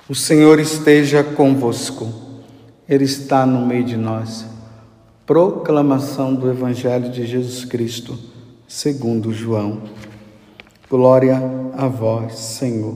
O Senhor esteja convosco, Ele está no meio de nós. Proclamação do Evangelho de Jesus Cristo, segundo João. Glória a vós, Senhor.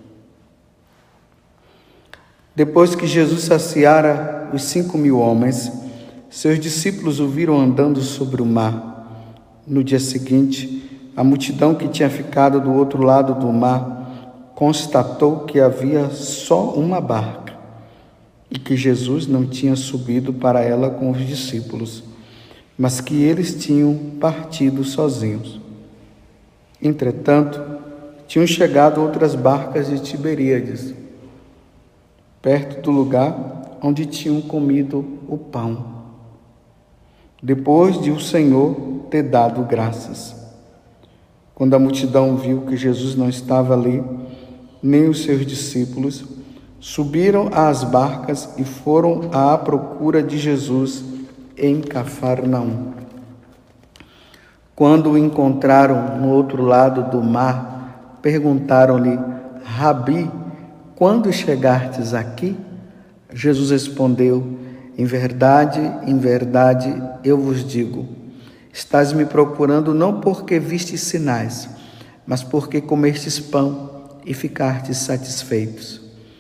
Depois que Jesus saciara os 5.000 homens, seus discípulos o viram andando sobre o mar. No dia seguinte, a multidão que tinha ficado do outro lado do mar constatou que havia só uma barca e que Jesus não tinha subido para ela com os discípulos, mas que eles tinham partido sozinhos. Entretanto, tinham chegado outras barcas de Tiberíades, perto do lugar onde tinham comido o pão, depois de o Senhor ter dado graças. Quando a multidão viu que Jesus não estava ali, nem os seus discípulos, subiram às barcas e foram à procura de Jesus em Cafarnaum. Quando o encontraram no outro lado do mar, perguntaram-lhe: Rabi, quando chegastes aqui? Jesus respondeu: em verdade, eu vos digo, estás me procurando não porque vistes sinais, mas porque comestes pão e ficardes satisfeitos.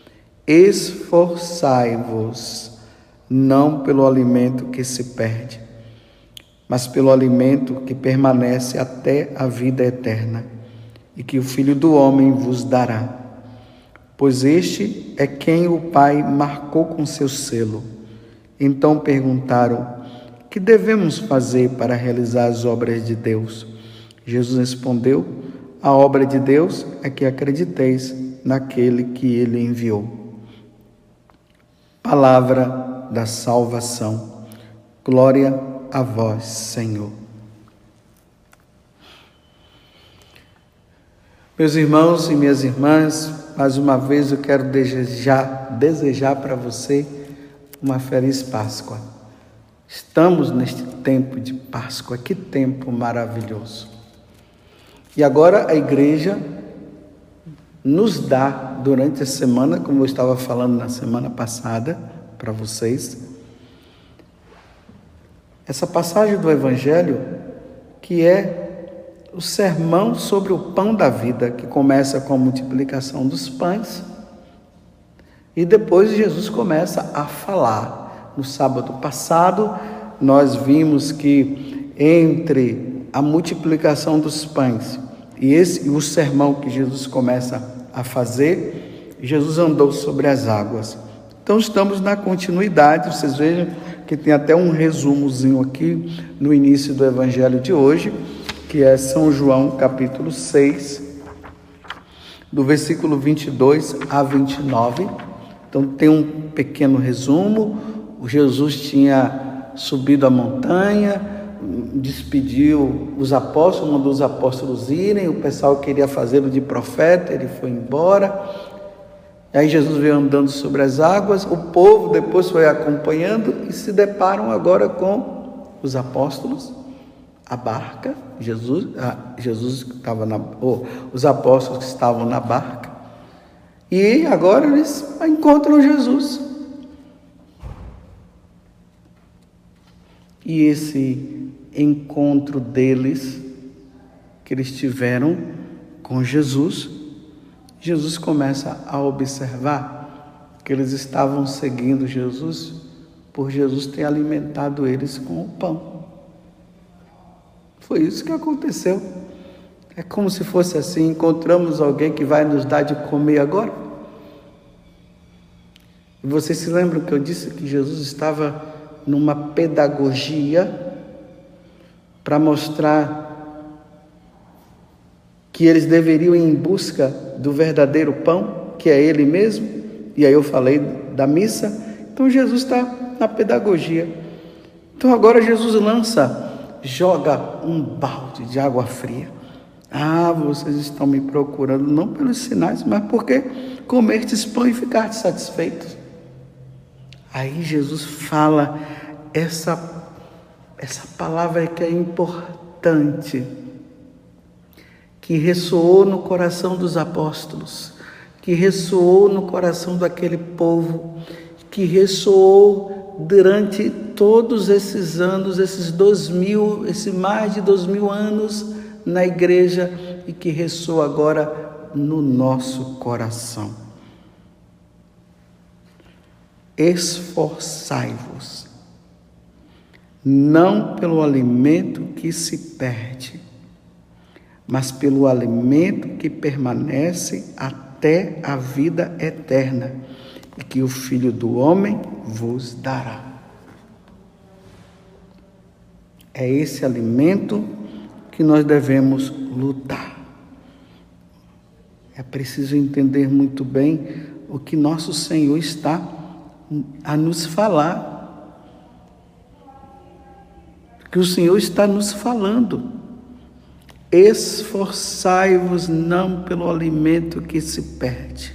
Esforçai-vos, não pelo alimento que se perde, mas pelo alimento que permanece até a vida eterna, e que o Filho do Homem vos dará. Pois este é quem o Pai marcou com seu selo. Então perguntaram: que devemos fazer para realizar as obras de Deus? Jesus respondeu: a obra de Deus é que acrediteis naquele que Ele enviou. Palavra da salvação. Glória a vós, Senhor. Meus irmãos e minhas irmãs, mais uma vez eu quero desejar para você uma feliz Páscoa. Estamos neste tempo de Páscoa, que tempo maravilhoso. E agora a igreja nos dá, durante a semana, como eu estava falando na semana passada para vocês, essa passagem do Evangelho que é o sermão sobre o pão da vida, que começa com a multiplicação dos pães e depois Jesus começa a falar. No sábado passado, nós vimos que entre a multiplicação dos pães e o sermão que Jesus começa a fazer, Jesus andou sobre as águas. Então estamos na continuidade. Vocês vejam que tem até um resumozinho aqui no início do Evangelho de hoje, que é São João capítulo 6, do versículo 22 a 29. Então tem um pequeno resumo. O Jesus tinha subido a montanha, despediu os apóstolos, mandou os apóstolos irem, o pessoal queria fazê-lo de profeta, ele foi embora. Aí Jesus veio andando sobre as águas, o povo depois foi acompanhando e se deparam agora com os apóstolos, a barca, Jesus estava os apóstolos que estavam na barca, e agora eles encontram Jesus. E esse encontro deles, que eles tiveram com Jesus, Jesus começa a observar que eles estavam seguindo Jesus por Jesus ter alimentado eles com o pão. Foi isso que aconteceu. É como se fosse assim: encontramos alguém que vai nos dar de comer agora. E vocês se lembram que eu disse que Jesus estava numa pedagogia para mostrar que eles deveriam ir em busca do verdadeiro pão, que é Ele mesmo. E aí eu falei da missa. Então Jesus está na pedagogia. Então agora Jesus joga um balde de água fria. Vocês estão me procurando não pelos sinais, mas porque comestes pão e ficaste satisfeitos. Aí Jesus fala essa palavra que é importante, que ressoou no coração dos apóstolos. que ressoou no coração daquele povo, que ressoou durante todos esses anos, mais de 2000 anos na igreja, e que ressoa agora no nosso coração. Esforçai-vos, não pelo alimento que se perde, mas pelo alimento que permanece até a vida eterna, e que o Filho do Homem vos dará. É esse alimento que nós devemos lutar. É preciso entender muito bem o que nosso Senhor está a nos falar. Que o Senhor está nos falando. Esforçai-vos não pelo alimento que se perde.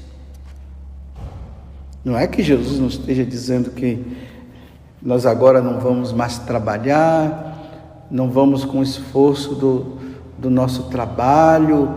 Não é que Jesus não esteja dizendo que nós agora não vamos mais trabalhar, não vamos com o esforço do nosso trabalho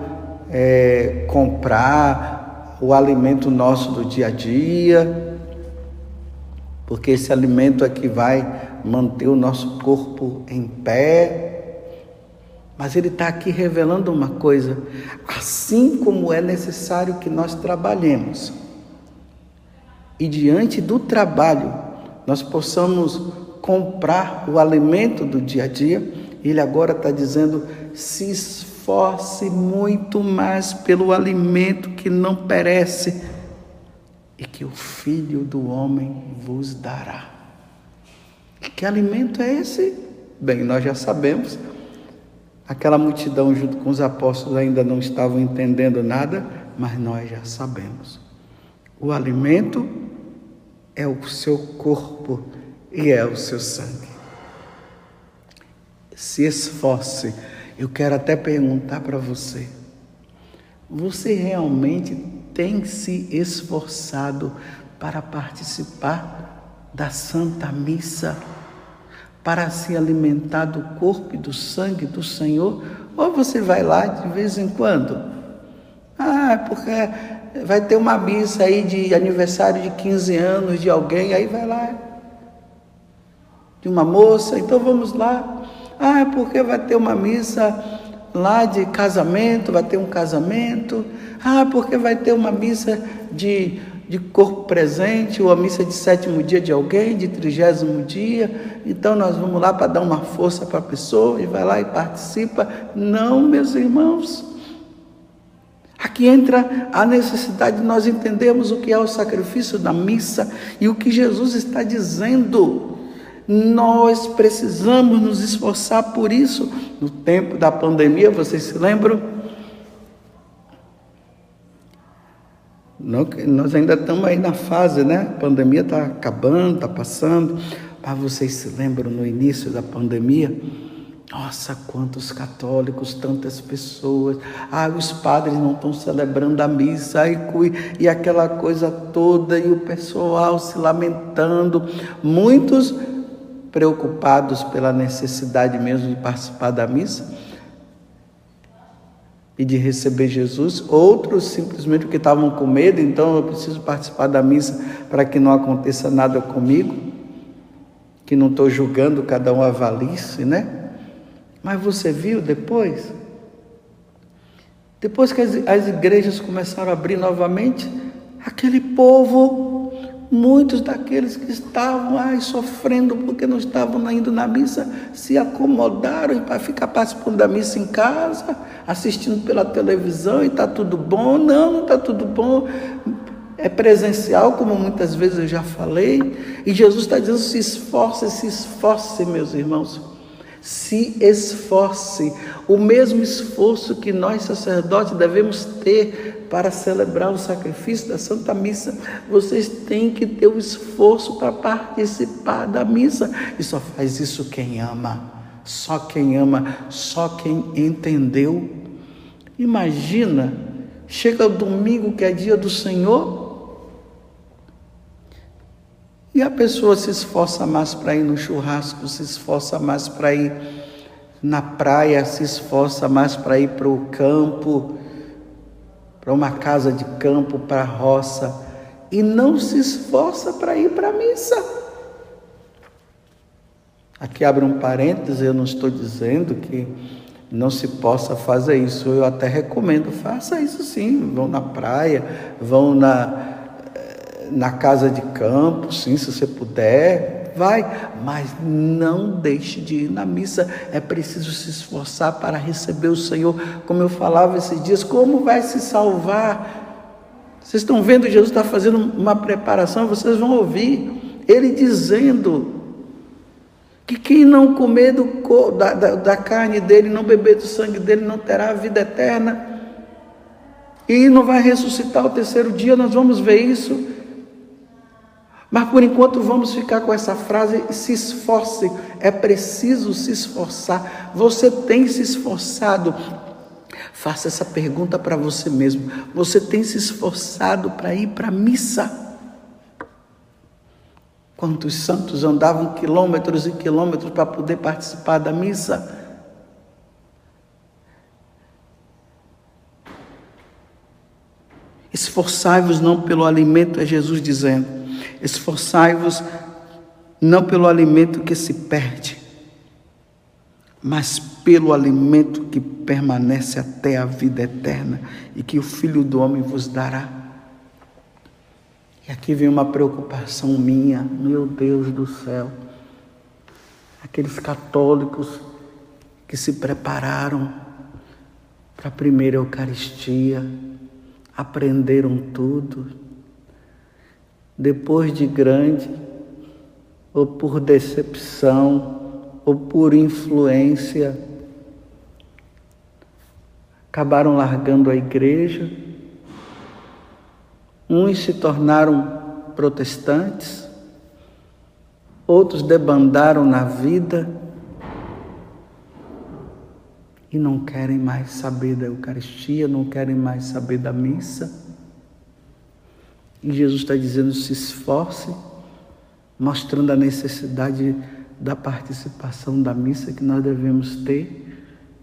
comprar o alimento nosso do dia a dia, porque esse alimento é que vai manter o nosso corpo em pé. Mas ele está aqui revelando uma coisa: assim como é necessário que nós trabalhemos, e diante do trabalho nós possamos comprar o alimento do dia a dia, ele agora está dizendo: se esforce muito mais pelo alimento que não perece, e que o Filho do Homem vos dará. Que alimento é esse? Bem, nós já sabemos. Aquela multidão junto com os apóstolos ainda não estavam entendendo nada, mas nós já sabemos. O alimento é o seu corpo e é o seu sangue. Se esforce. Eu quero até perguntar para você: você realmente tem se esforçado para participar da Santa Missa, para se alimentar do corpo e do sangue do Senhor? Ou você vai lá de vez em quando? Porque vai ter uma missa aí de aniversário de 15 anos de alguém, aí vai lá, de uma moça, então vamos lá. Porque vai ter uma missa lá de casamento, vai ter um casamento. Porque vai ter uma missa de corpo presente, ou a missa de 7º dia de alguém, de 30º dia, então nós vamos lá para dar uma força para a pessoa, e vai lá e participa. Não, meus irmãos, aqui entra a necessidade de nós entendermos o que é o sacrifício da missa, e o que Jesus está dizendo. Nós precisamos nos esforçar por isso. No tempo da pandemia, vocês se lembram? Nós ainda estamos aí na fase, né? A pandemia está acabando, está passando. Mas vocês se lembram no início da pandemia? Nossa, quantos católicos, tantas pessoas. Os padres não estão celebrando a missa. E aquela coisa toda, e o pessoal se lamentando. Muitos preocupados pela necessidade mesmo de participar da missa e de receber Jesus, outros simplesmente porque estavam com medo, então eu preciso participar da missa para que não aconteça nada comigo, que não estou julgando, cada um avalie-se, né? Mas você viu depois que as igrejas começaram a abrir novamente, aquele povo, muitos daqueles que estavam sofrendo porque não estavam indo na missa, se acomodaram para ficar participando da missa em casa, assistindo pela televisão, e está tudo bom. Não está tudo bom. É presencial, como muitas vezes eu já falei, e Jesus está dizendo: se esforce, meus irmãos. Se esforce. O mesmo esforço que nós sacerdotes devemos ter para celebrar o sacrifício da Santa Missa, vocês têm que ter o esforço para participar da missa. E só faz isso quem ama. Só quem ama, só quem entendeu. Imagina, chega o domingo, que é dia do Senhor, e a pessoa se esforça mais para ir no churrasco, se esforça mais para ir na praia, se esforça mais para ir para o campo, para uma casa de campo, para a roça, e não se esforça para ir para a missa. Aqui abre um parênteses, eu não estou dizendo que não se possa fazer isso, eu até recomendo, faça isso sim, vão na praia, vão na casa de campo, sim, se você puder, vai, mas não deixe de ir na missa, é preciso se esforçar para receber o Senhor, como eu falava esses dias, como vai se salvar? Vocês estão vendo, Jesus está fazendo uma preparação, vocês vão ouvir Ele dizendo que quem não comer da carne dele, não beber do sangue dele, não terá a vida eterna, e não vai ressuscitar ao terceiro dia. Nós vamos ver isso, mas por enquanto vamos ficar com essa frase: se esforce, é preciso se esforçar. Você tem se esforçado? Faça essa pergunta para você mesmo: você tem se esforçado para ir para a missa? Quantos santos andavam quilômetros e quilômetros para poder participar da missa? Esforçai-vos não pelo alimento, é Jesus dizendo. Esforçai-vos não pelo alimento que se perde, mas pelo alimento que permanece até a vida eterna e que o Filho do Homem vos dará. E aqui vem uma preocupação minha, meu Deus do céu, aqueles católicos que se prepararam para a primeira Eucaristia, aprenderam tudo, depois de grande, ou por decepção, ou por influência, acabaram largando a igreja. Uns se tornaram protestantes, outros debandaram na vida e não querem mais saber da Eucaristia, não querem mais saber da missa. E Jesus está dizendo: se esforce, mostrando a necessidade da participação da missa que nós devemos ter.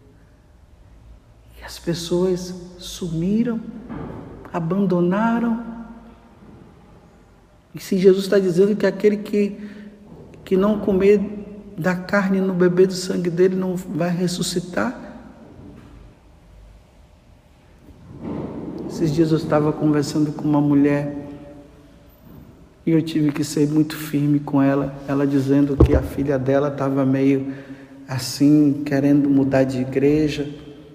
E as pessoas sumiram, abandonaram. E se Jesus está dizendo que aquele que não comer da carne e não beber do sangue dele não vai ressuscitar. Esses dias eu estava conversando com uma mulher e eu tive que ser muito firme com ela. Ela dizendo que a filha dela estava meio assim, querendo mudar de igreja.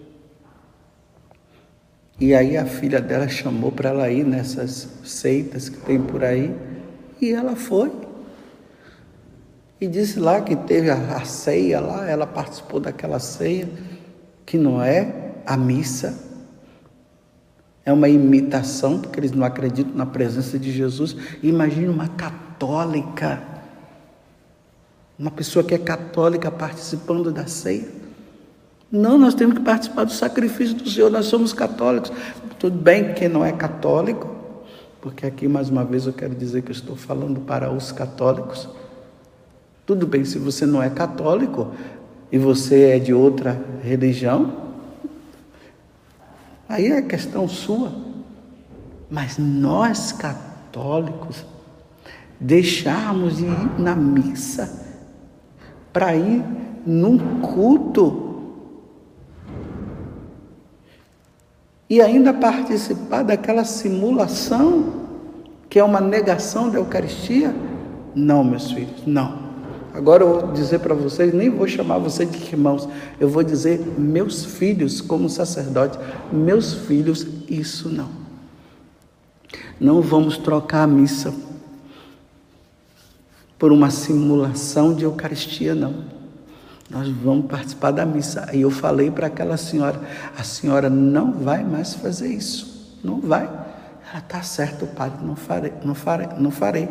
E aí a filha dela chamou para ela ir nessas seitas que tem por aí. E ela foi. E disse lá que teve a ceia lá, ela participou daquela ceia, que não é a missa. É uma imitação, porque eles não acreditam na presença de Jesus. Imagine uma católica, uma pessoa que é católica participando da ceia. Não, nós temos que participar do sacrifício do Senhor, nós somos católicos. Tudo bem quem não é católico, porque aqui mais uma vez eu quero dizer que eu estou falando para os católicos. Tudo bem se você não é católico e você é de outra religião, aí é questão sua. Mas nós católicos deixarmos de ir na missa para ir num culto e ainda participar daquela simulação que é uma negação da Eucaristia? Não, meus filhos, não. Agora eu vou dizer para vocês, nem vou chamar vocês de irmãos, eu vou dizer meus filhos, como sacerdote, meus filhos, isso não. Não vamos trocar a missa por uma simulação de Eucaristia, não. Nós vamos participar da missa. Aí eu falei para aquela senhora, a senhora não vai mais fazer isso, não vai. Ela está certa, padre, não farei.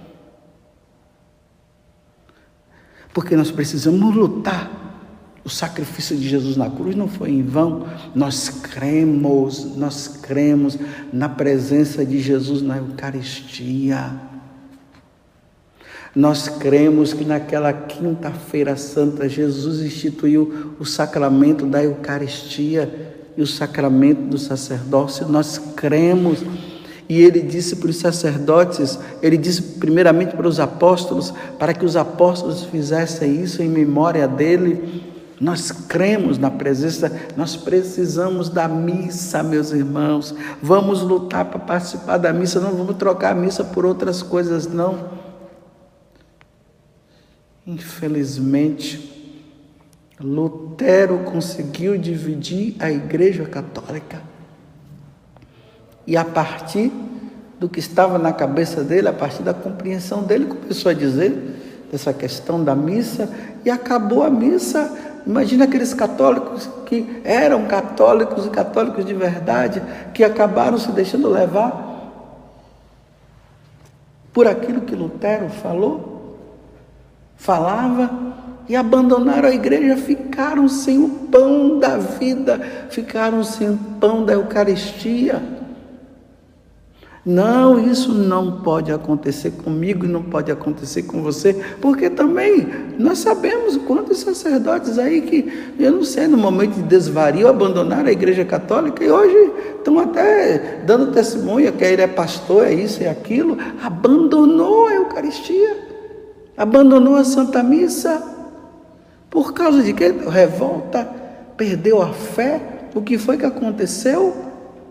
Porque nós precisamos lutar. O sacrifício de Jesus na cruz não foi em vão. Nós cremos na presença de Jesus na Eucaristia. Nós cremos que naquela quinta-feira santa Jesus instituiu o sacramento da Eucaristia e o sacramento do sacerdócio. Nós cremos. E ele disse para os sacerdotes, ele disse primeiramente para os apóstolos, para que os apóstolos fizessem isso em memória dele. Nós cremos na presença, nós precisamos da missa, meus irmãos. Vamos lutar para participar da missa, não vamos trocar a missa por outras coisas, não. Infelizmente, Lutero conseguiu dividir a Igreja Católica. E a partir do que estava na cabeça dele, a partir da compreensão dele, começou a dizer dessa questão da missa, e acabou a missa. Imagina aqueles católicos que eram católicos e católicos de verdade, que acabaram se deixando levar por aquilo que Lutero falava, e abandonaram a igreja, ficaram sem o pão da vida, ficaram sem o pão da Eucaristia. Não, isso não pode acontecer comigo e não pode acontecer com você, porque também nós sabemos quantos sacerdotes aí que, eu não sei, no momento de desvario, abandonaram a Igreja Católica e hoje estão até dando testemunha que ele é pastor, é isso, é aquilo, abandonou a Eucaristia, abandonou a Santa Missa, por causa de quê? Revolta, perdeu a fé. O que foi que aconteceu?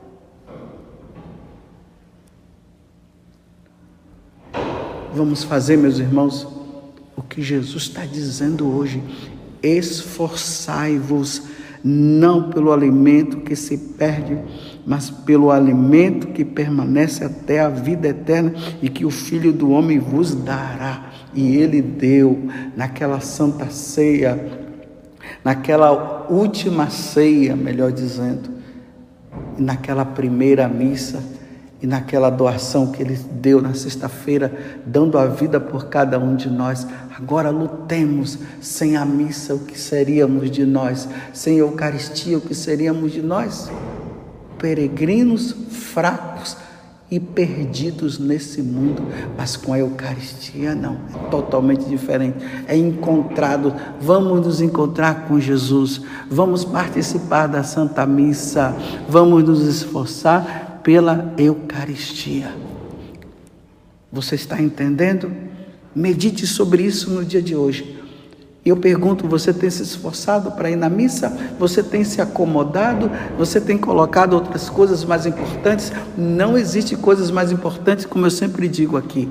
Vamos fazer, meus irmãos, o que Jesus está dizendo hoje. Esforçai-vos, não pelo alimento que se perde, mas pelo alimento que permanece até a vida eterna e que o Filho do Homem vos dará. E ele deu naquela santa ceia, naquela última ceia, melhor dizendo, e naquela primeira missa, e naquela doação que ele deu na sexta-feira, dando a vida por cada um de nós. Agora lutemos. Sem a missa, o que seríamos de nós? Sem a Eucaristia, o que seríamos de nós? Peregrinos, fracos e perdidos nesse mundo. Mas com a Eucaristia não, é totalmente diferente. É encontrado. Vamos nos encontrar com Jesus. Vamos participar da Santa Missa. Vamos nos esforçar pela Eucaristia. Você está entendendo? Medite sobre isso no dia de hoje. Eu pergunto, você tem se esforçado para ir na missa? Você tem se acomodado? Você tem colocado outras coisas mais importantes? Não existe coisas mais importantes, como eu sempre digo aqui.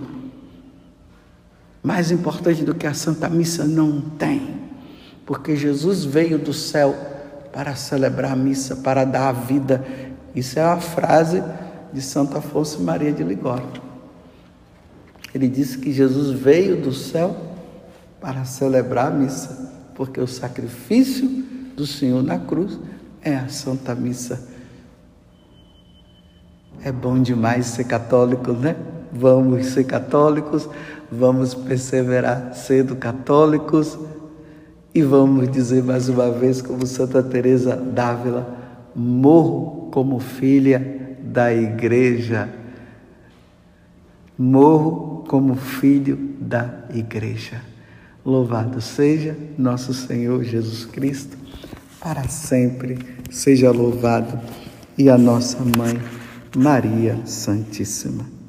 Mais importante do que a Santa Missa não tem. Porque Jesus veio do céu para celebrar a missa, para dar a vida. Isso é uma frase de Santo Afonso Maria de Ligório. Ele disse que Jesus veio do céu para celebrar a missa, porque o sacrifício do Senhor na cruz é a Santa Missa. É bom demais ser católico, né? Vamos ser católicos, vamos perseverar sendo católicos e vamos dizer mais uma vez, como Santa Teresa d'Ávila, morro como filha da igreja. Morro como filho da igreja. Louvado seja nosso Senhor Jesus Cristo, para sempre seja louvado, e a nossa Mãe Maria Santíssima.